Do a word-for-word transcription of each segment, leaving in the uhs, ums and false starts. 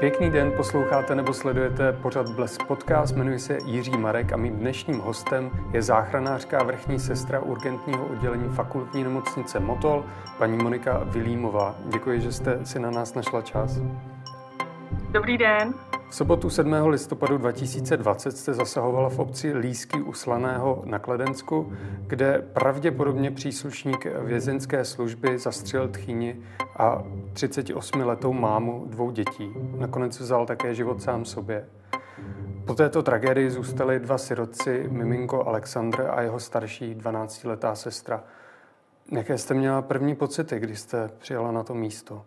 Pěkný den, posloucháte nebo sledujete pořad Blesk Podcast, jmenuji se Jiří Marek a mým dnešním hostem je záchranářka a vrchní sestra urgentního oddělení fakultní nemocnice Motol, paní Monika Vilímová. Děkuji, že jste si na nás našla čas. Dobrý den. V sobotu sedmého listopadu dva tisíce dvacet jste zasahovala v obci Líský u Slaného na Kladensku, kde pravděpodobně příslušník vězeňské služby zastřelil tchýni a třicetiosmiletou mámu dvou dětí. Nakonec vzal také život sám sobě. Po této tragédii zůstali dva sirotci, miminko Alexandr a jeho starší dvanáctiletá sestra. Jaké jste měla první pocity, když jste přijela na to místo?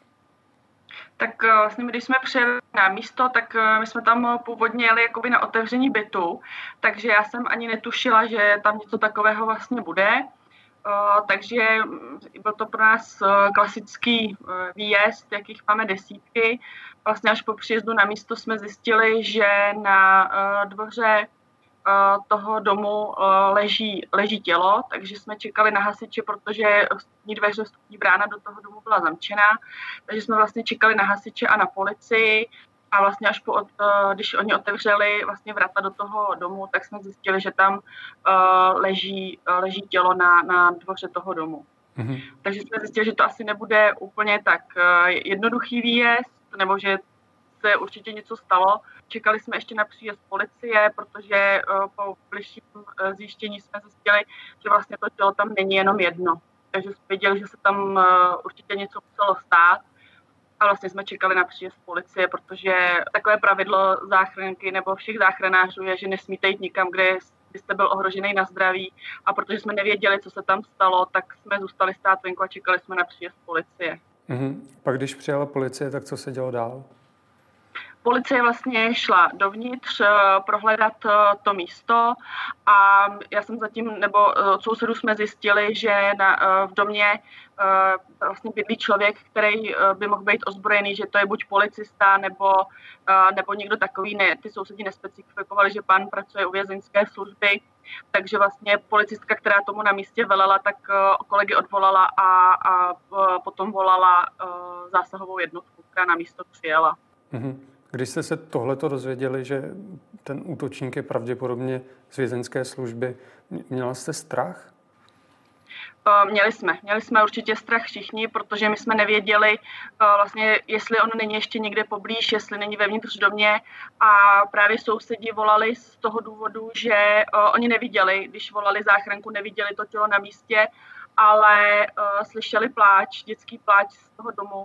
Tak vlastně, když jsme přijeli na místo, tak my jsme tam původně jeli jakoby na otevření bytu, takže já jsem ani netušila, že tam něco takového vlastně bude. Takže byl to pro nás klasický výjezd, jakých máme desítky. Vlastně až po příjezdu na místo jsme zjistili, že na dvoře toho domu leží, leží tělo, takže jsme čekali na hasiče, protože vstupní dveře, vstupní brána do toho domu byla zamčená, takže jsme vlastně čekali na hasiče a na policii a vlastně až po, když oni otevřeli vlastně vrata do toho domu, tak jsme zjistili, že tam leží, leží tělo na, na dvoře toho domu. Mm-hmm. Takže jsme zjistili, že to asi nebude úplně tak jednoduchý výjezd, nebo že se určitě něco stalo. Čekali jsme ještě na příjezd policie, protože uh, po bližším uh, zjištění jsme zjistili, že vlastně to tělo tam není jenom jedno. Takže jsme věděli, že se tam uh, určitě něco muselo stát. A vlastně jsme čekali na příjezd policie, protože takové pravidlo záchranky nebo všech záchranářů je, že nesmíte jít nikam, kde jste byl ohrožený na zdraví. A protože jsme nevěděli, co se tam stalo, tak jsme zůstali stát venku a čekali jsme na příjezd policie. Mm-hmm. Pak když přijela policie, tak co se dělo dál? Policie vlastně šla dovnitř prohledat to místo a já jsem zatím, nebo od sousedů jsme zjistili, že na, v domě vlastně bydlí člověk, který by mohl být ozbrojený, že to je buď policista nebo, nebo někdo takový. Ne, ty sousedi nespecifikovali, že pán pracuje u vězeňské služby, takže vlastně policistka, která tomu na místě velela, tak kolegy odvolala a, a potom volala zásahovou jednotku, která na místo přijela. Mm-hmm. Když jste se tohleto dozvěděli, že ten útočník je pravděpodobně z vězeňské služby, měla jste strach? Měli jsme. Měli jsme určitě strach všichni, protože my jsme nevěděli vlastně, jestli on není ještě někde poblíž, jestli není vevnitř domě a právě sousedi volali z toho důvodu, že oni neviděli, když volali záchranku, neviděli to tělo na místě, ale slyšeli pláč, dětský pláč z toho domu,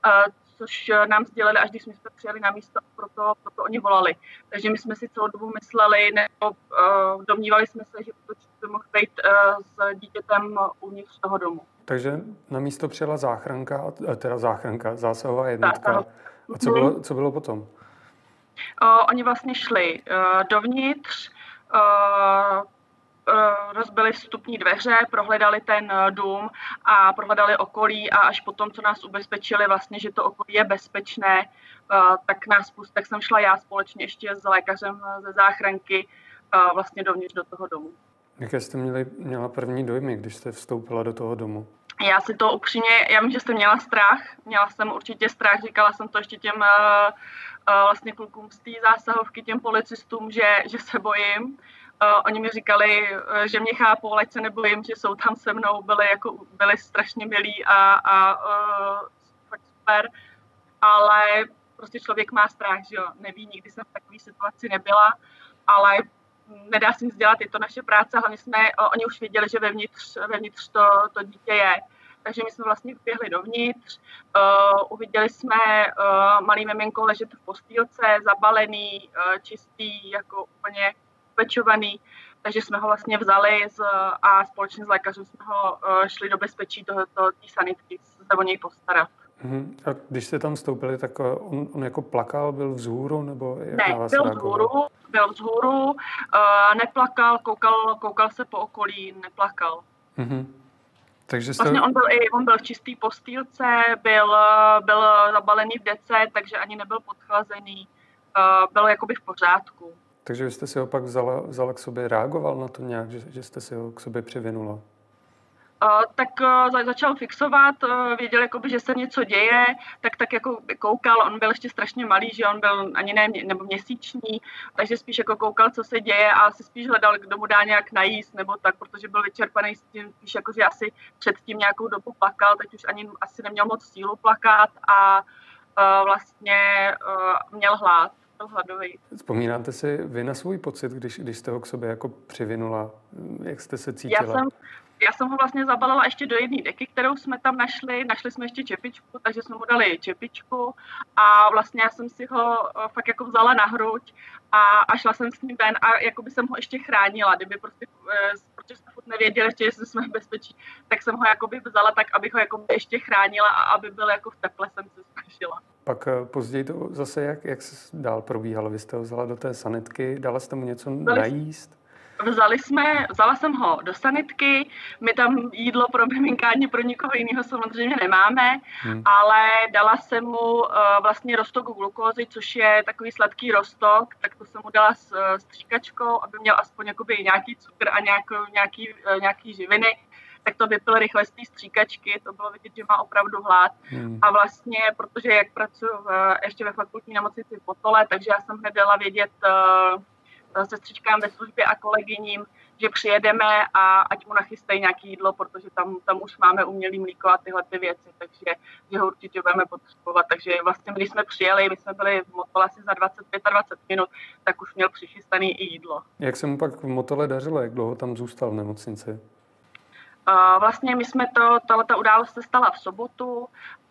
což nám sdělili, až když jsme přijeli na místo, proto, proto oni volali. Takže my jsme si celou dobu mysleli, nebo uh, domnívali jsme se, že to mohl být uh, s dítětem uvnitř toho domu. Takže na místo přijela záchranka, teda záchranka, zásahová jednotka. Tak, a co bylo, co bylo potom? Uh, oni vlastně šli uh, dovnitř, uh, rozbili vstupní dveře, prohledali ten dům a prohledali okolí a až potom, co nás ubezpečili vlastně, že to okolí je bezpečné, tak nás pustili, tak jsem šla já společně ještě s lékařem ze záchranky vlastně dovnitř do toho domu. Jaké jste měli, měla první dojmy, když jste vstoupila do toho domu? Já si to upřímně, já vím, že jsem měla strach, měla jsem určitě strach, říkala jsem to ještě těm vlastně klukům z té zásahovky, těm policistům, že, že se bojím. Uh, oni mi říkali, uh, že mě chápou, ať se nebojím, že jsou tam se mnou, byli, jako, byli strašně milí a, a uh, fakt super, ale prostě člověk má strach, že jo, neví, nikdy jsem v takové situaci nebyla, ale nedá se nic dělat, je to naše práce, hlavně jsme, uh, oni už věděli, že vevnitř, vevnitř to, to dítě je, takže my jsme vlastně vběhli dovnitř, uh, uviděli jsme uh, malý miminko ležet v postýlce, zabalený, uh, čistý, jako úplně pečovaný, takže jsme ho vlastně vzali z, a společně s lékařem jsme ho uh, šli do bezpečí tohoto té sanitky, se o něj postarat. Mm-hmm. A když jste tam vstoupili, tak on, on jako plakal, byl vzhůru, nebo jak ne, na vás byl reagoval? vzhůru, byl vzhůru, uh, neplakal, koukal, koukal se po okolí, neplakal. Mm-hmm. Takže jste... Vlastně on byl, i, on byl v čistý postýlce, byl, byl zabalený v dece, takže ani nebyl podchlazený, uh, byl jakoby v pořádku. Takže vy jste si ho pak vzala, vzala k sobě, reagoval na to nějak, že, že jste si ho k sobě přivinula? tak začal fixovat, věděl, jakoby, že se něco děje, tak tak jako koukal, on byl ještě strašně malý, že on byl ani ne, nebo měsíční, takže spíš jako koukal, co se děje a asi spíš hledal, kdo mu dá nějak najíst, nebo tak, protože byl vyčerpaný s tím, spíš jako, že asi předtím nějakou dobu plakal, teď už ani asi neměl moc sílu plakat a uh, vlastně uh, měl hlad. Hladový. Vzpomínáte si vy na svůj pocit, když, když jste ho k sobě jako přivinula? Jak jste se cítila? Já jsem, já jsem ho vlastně zabalila ještě do jedné deky, kterou jsme tam našli. Našli jsme ještě čepičku, takže jsme mu dali čepičku a vlastně já jsem si ho fakt jako vzala na hruď a, a šla jsem s ním ven a jako by jsem ho ještě chránila. Kdyby prostě, protože jsme furt nevěděli ještě, jestli jsme v bezpečí, tak jsem ho jakoby vzala tak, abych ho jakoby ještě chránila a aby byl jako v teple, jsem se snažila. Pak později to zase, jak, jak se dál probíhalo? Vy jste ho vzala do té sanitky, dala jste mu něco Vzali, najíst? Vzali jsme, vzala jsem ho do sanitky, my tam jídlo pro miminka ani pro nikoho jiného samozřejmě nemáme, hmm. ale dala jsem mu uh, vlastně roztok glukózy, což je takový sladký roztok, tak to jsem mu dala s uh, stříkačkou, aby měl aspoň jakoby nějaký cukr a nějaký, nějaký, uh, nějaký živiny. Tak to vypil rychle z té stříkačky, to bylo vidět, že má opravdu hlad. Hmm. A vlastně, protože jak pracuji v, ještě ve fakultní nemocnici v Motole, takže já jsem hned dala vědět uh, sestřičkám ve službě a kolegyním, že přijedeme a ať mu nachystají nějaké jídlo, protože tam, tam už máme umělý mlíko a tyhle ty věci, takže že ho určitě budeme potřebovat. Takže vlastně, když jsme přijeli, my jsme byli v Motole asi za dvacet pět dvacet minut, tak už měl přichystaný i jídlo. Jak se mu pak v Motole dařilo? Jak dlouho tam zůstal v nemocnici? Uh, vlastně my jsme to, tato událost se stala v sobotu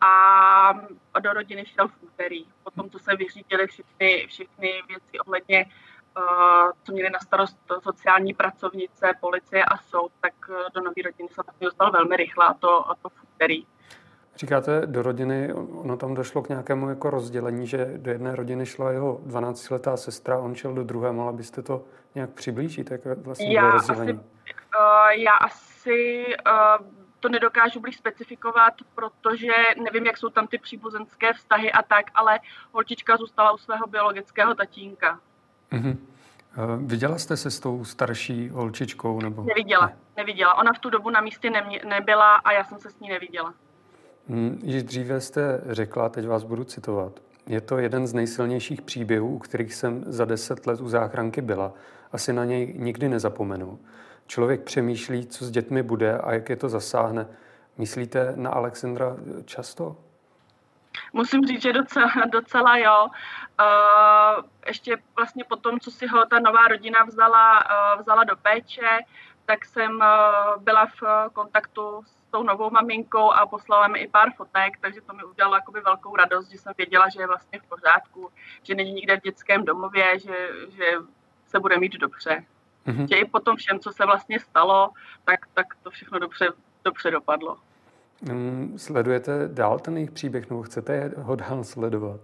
a do rodiny šel v úterý. Potom, co se vyřídily všechny, všechny věci ohledně, uh, co měli na starost sociální pracovnice, policie a soud, tak do nové rodiny se vlastně dostal velmi rychle a to, a to v úterý. Říkáte do rodiny, ono tam došlo k nějakému jako rozdělení, že do jedné rodiny šla jeho dvanáctiletá sestra, on šel do druhé, mohla byste to nějak přiblížit, jak vlastně bylo rozdělení? Asi, uh, já asi uh, to nedokážu blíž specifikovat, protože nevím, jak jsou tam ty příbuzenské vztahy a tak, ale holčička zůstala u svého biologického tatínka. Uh-huh. Uh, viděla jste se s tou starší holčičkou? Nebo... Neviděla, ne. neviděla. Ona v tu dobu na místě nemě, nebyla a já jsem se s ní neviděla. Hmm, již dříve jste řekla, teď vás budu citovat, je to jeden z nejsilnějších příběhů, u kterých jsem za deset let u záchranky byla. Asi na něj nikdy nezapomenu. Člověk přemýšlí, co s dětmi bude a jak je to zasáhne. Myslíte na Alexandra často? Musím říct, že docela, docela jo. Uh, ještě vlastně po tom, co si ho ta nová rodina vzala, uh, vzala do péče, tak jsem uh, byla v kontaktu s tou novou maminkou a poslala mi i pár fotek, takže to mi udělalo jakoby velkou radost, že jsem věděla, že je vlastně v pořádku, že není nikde v dětském domově, že, že se bude mít dobře. Mm-hmm. Že i po tom všem, co se vlastně stalo, tak, tak to všechno dobře, dobře dopadlo. Um, sledujete dál ten jejich příběh, nebo chcete ho dál sledovat?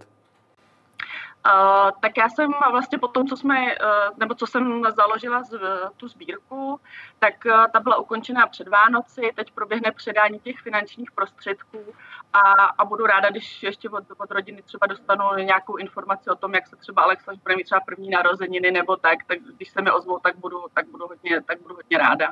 Uh, tak já jsem vlastně po tom, co jsme, uh, nebo co jsem založila z, uh, tu sbírku, tak uh, ta byla ukončená před Vánoci, teď proběhne předání těch finančních prostředků a, a budu ráda, když ještě od, od rodiny třeba dostanu nějakou informaci o tom, jak se třeba Alexandr bude mít třeba první narozeniny nebo tak, tak když se mi ozvou, tak budu, tak budu, hodně, tak budu hodně ráda.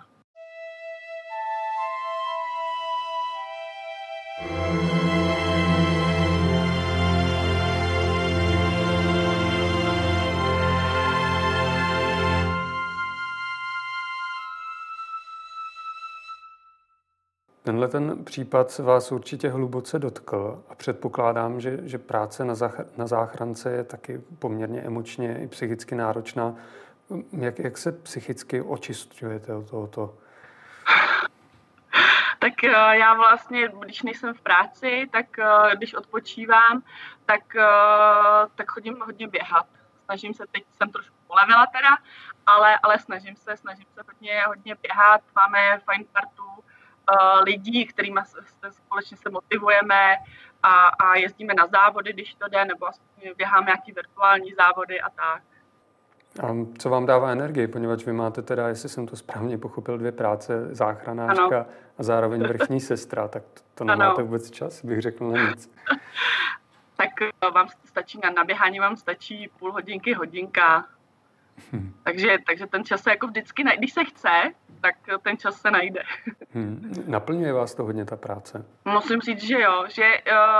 Tenhle ten případ se vás určitě hluboce dotkl a předpokládám, že, že práce na, zach, na záchrance je taky poměrně emočně i psychicky náročná. Jak, jak se psychicky očistujete od tohoto? Tak já vlastně, když nejsem v práci, tak když odpočívám, tak, tak chodím hodně běhat. Snažím se, teď jsem trošku polevila teda, ale, ale snažím se, snažím se hodně, hodně běhat. Máme fajn partu lidí, kterými společně se motivujeme a, a jezdíme na závody, když to jde, nebo běháme nějaký virtuální závody a tak. A co vám dává energii, poněvadž vy máte teda, jestli jsem to správně pochopil, dvě práce, záchranářka ano. a zároveň vrchní sestra, tak to, to nemáte vůbec čas, bych řekl na nic. Tak vám stačí na naběhání, vám stačí půl hodinky, hodinka. Hmm. Takže, takže ten čas se jako vždycky najde. Když se chce, tak ten čas se najde. Hmm. Naplňuje vás to hodně, ta práce? Musím říct, že jo. Že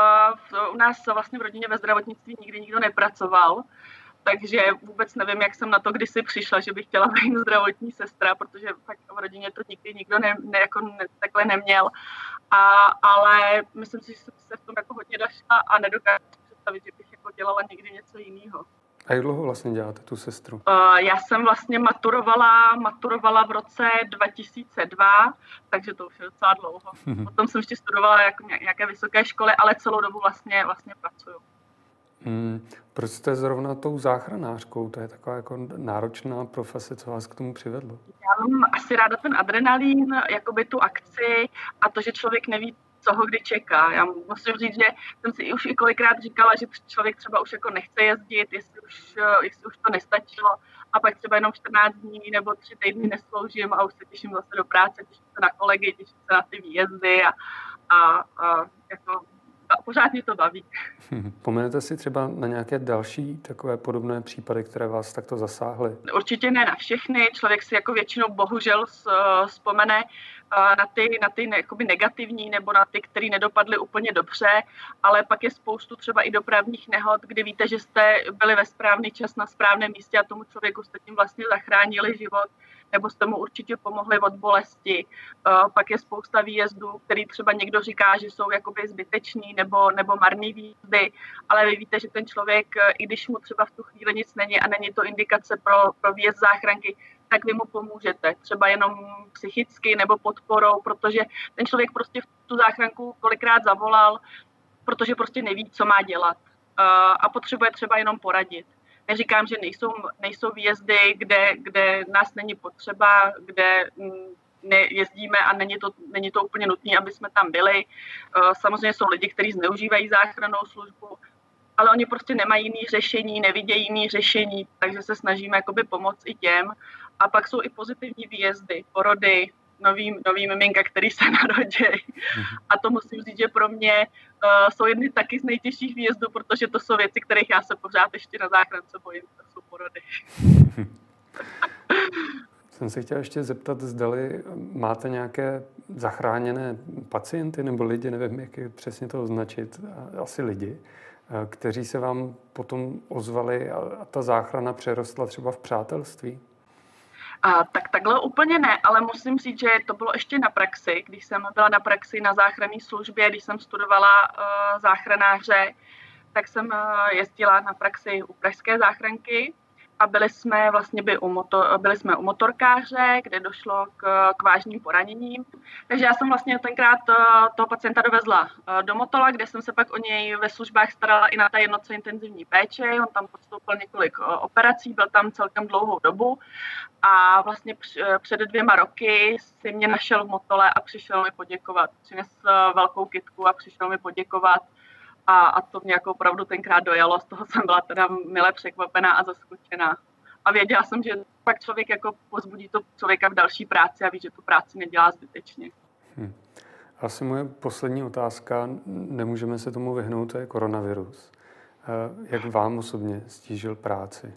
uh, u nás vlastně v rodině ve zdravotnictví nikdy nikdo nepracoval. Takže vůbec nevím, jak jsem na to kdysi přišla, že bych chtěla být zdravotní sestra, protože fakt v rodině to nikdy nikdo ne, ne, jako ne, takhle neměl. A, ale myslím si, že jsem se v tom jako hodně došla a nedokážu představit, že bych jako dělala někdy něco jiného. A jak dlouho vlastně děláte tu sestru? Uh, já jsem vlastně maturovala, maturovala v roce dva tisíce dva, takže to už je docela dlouho. Potom jsem ještě studovala jako nějaké vysoké školy, ale celou dobu vlastně, vlastně pracuju. Hmm, proč jste zrovna tou záchranářkou? To je taková jako náročná profese, co vás k tomu přivedlo? Já mám asi ráda ten adrenalín, jakoby tu akci a to, že člověk neví, co ho kdy čeká. Já musím říct, že jsem si už i kolikrát říkala, že člověk třeba už jako nechce jezdit, jestli už, jestli už to nestačilo a pak třeba jenom čtrnáct dní nebo tři týdny nesloužím a už se těším zase do práce, těším se na kolegy, těším se na ty výjezdy a, a, a jako a pořád mě to baví. Pomenete si třeba na nějaké další takové podobné případy, které vás takto zasáhly? Určitě ne na všechny. Člověk si jako většinou bohužel vzpomene na ty, na ty jakoby negativní nebo na ty, které nedopadly úplně dobře, ale pak je spoustu třeba i dopravních nehod, kdy víte, že jste byli ve správný čas na správném místě a tomu člověku jste tím vlastně zachránili život, nebo jste mu určitě pomohli od bolesti. Pak je spousta výjezdů, který třeba někdo říká, že jsou jakoby zbyteční nebo, nebo marný výjezdy, ale vy víte, že ten člověk, i když mu třeba v tu chvíli nic není a není to indikace pro, pro výjezd záchranky, tak vy mu pomůžete. Třeba jenom psychicky nebo podporou, protože ten člověk prostě v tu záchranku kolikrát zavolal, protože prostě neví, co má dělat a potřebuje třeba jenom poradit. Neříkám, že nejsou, nejsou výjezdy, kde, kde nás není potřeba, kde nejezdíme a není to, není to úplně nutné, aby jsme tam byli. Samozřejmě jsou lidi, kteří zneužívají záchrannou službu, ale oni prostě nemají jiný řešení, nevidějí jiný řešení, takže se snažíme jakoby pomoct i těm. A pak jsou i pozitivní výjezdy, porody, nový, nový miminka, který se narodí. A to musím říct, že pro mě uh, jsou jedny taky z nejtěžších výjezdů, protože to jsou věci, kterých já se pořád ještě na záchrance bojím, to jsou porody. Jsem se chtěl ještě zeptat, zdali máte nějaké zachráněné pacienty nebo lidi, nevím, jak je přesně to označit, asi lidi, kteří se vám potom ozvali a ta záchrana přerostla třeba v přátelství? A, tak takhle úplně ne, ale musím říct, že to bylo ještě na praxi, když jsem byla na praxi na záchranné službě, když jsem studovala uh, záchranáře, tak jsem uh, jezdila na praxi u pražské záchranky a byli jsme vlastně by u, motor, byli jsme u motorkáře, kde došlo k, k vážným poraněním. Takže já jsem vlastně tenkrát toho pacienta dovezla do Motola, kde jsem se pak o něj ve službách starala i na té jednotce intenzivní péče. On tam podstoupil několik operací, byl tam celkem dlouhou dobu a vlastně před dvěma roky si mě našel v Motole a přišel mi poděkovat. Přinesl velkou kytku a přišel mi poděkovat. A, a to mě jako opravdu tenkrát dojalo, z toho jsem byla teda mile překvapená a zaskočená. A věděla jsem, že pak člověk jako pozbudí to člověka v další práci a ví, že tu práci nedělá zbytečně. Hmm. Asi moje poslední otázka, nemůžeme se tomu vyhnout, to je koronavirus. Jak vám osobně stížil práci?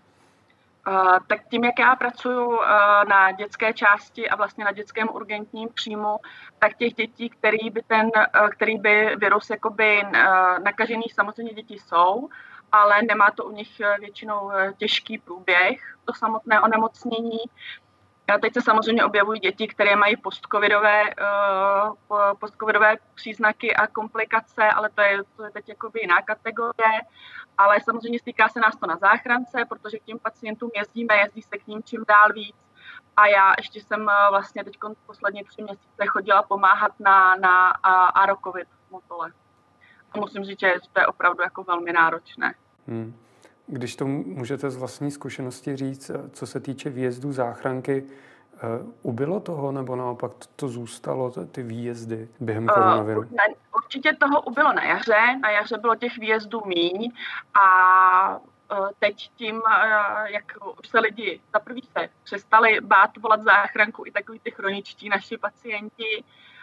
Uh, tak tím, jak já pracuji uh, na dětské části a vlastně na dětském urgentním příjmu, tak těch dětí, který by ten, uh, který by virus jakoby uh, nakažených samozřejmě děti jsou, ale nemá to u nich většinou uh, těžký průběh, to samotné onemocnění. A teď se samozřejmě objevují děti, které mají postcovidové, uh, postcovidové příznaky a komplikace, ale to je, to je teď jakoby jiná kategorie. Ale samozřejmě stýká se nás to na záchrance, protože k těm pacientům jezdíme, jezdí se k ním čím dál víc. A já ještě jsem vlastně teď poslední tři měsíce chodila pomáhat na, na Arocovid v Motole. A musím říct, že to je opravdu jako velmi náročné. Hmm. Když to můžete z vlastní zkušenosti říct, co se týče výjezdů záchranky, ubylo toho nebo naopak to zůstalo, ty výjezdy během koronaviru? Uh, určitě toho ubylo na jaře. Na jaře bylo těch výjezdů míň a uh, teď tím, uh, jak už se lidi za prvý se přestali bát volat záchranku, i takový ty chroničtí naši pacienti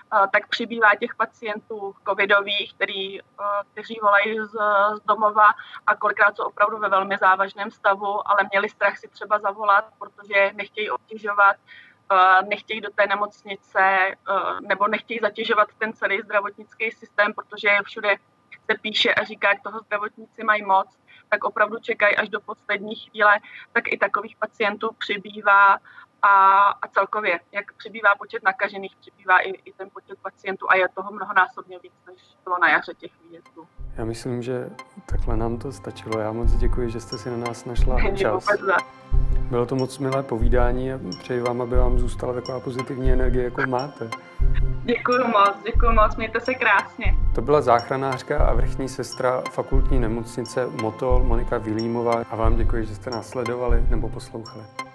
tak přibývá těch pacientů covidových, který, kteří volají z, z domova a kolikrát jsou opravdu ve velmi závažném stavu, ale měli strach si třeba zavolat, protože nechtějí obtěžovat, nechtějí do té nemocnice nebo nechtějí zatěžovat ten celý zdravotnický systém, protože všude se píše a říká, jak toho zdravotníci mají moc, tak opravdu čekají až do poslední chvíle, tak i takových pacientů přibývá a, a celkově, jak přibývá počet nakažených, přibývá i, i ten počet pacientů a je toho mnohonásobně víc, než bylo na jaře těch výjezdů. Já myslím, že takhle nám to stačilo. Já moc děkuji, že jste si na nás našla čas. Bylo to moc milé povídání a přeji vám, aby vám zůstala taková pozitivní energie, jako máte. Děkuji moc, děkuji moc, mějte se krásně. To byla záchranářka a vrchní sestra fakultní nemocnice Motol Monika Vilímová a vám děkuji, že jste nás sledovali nebo poslouchali.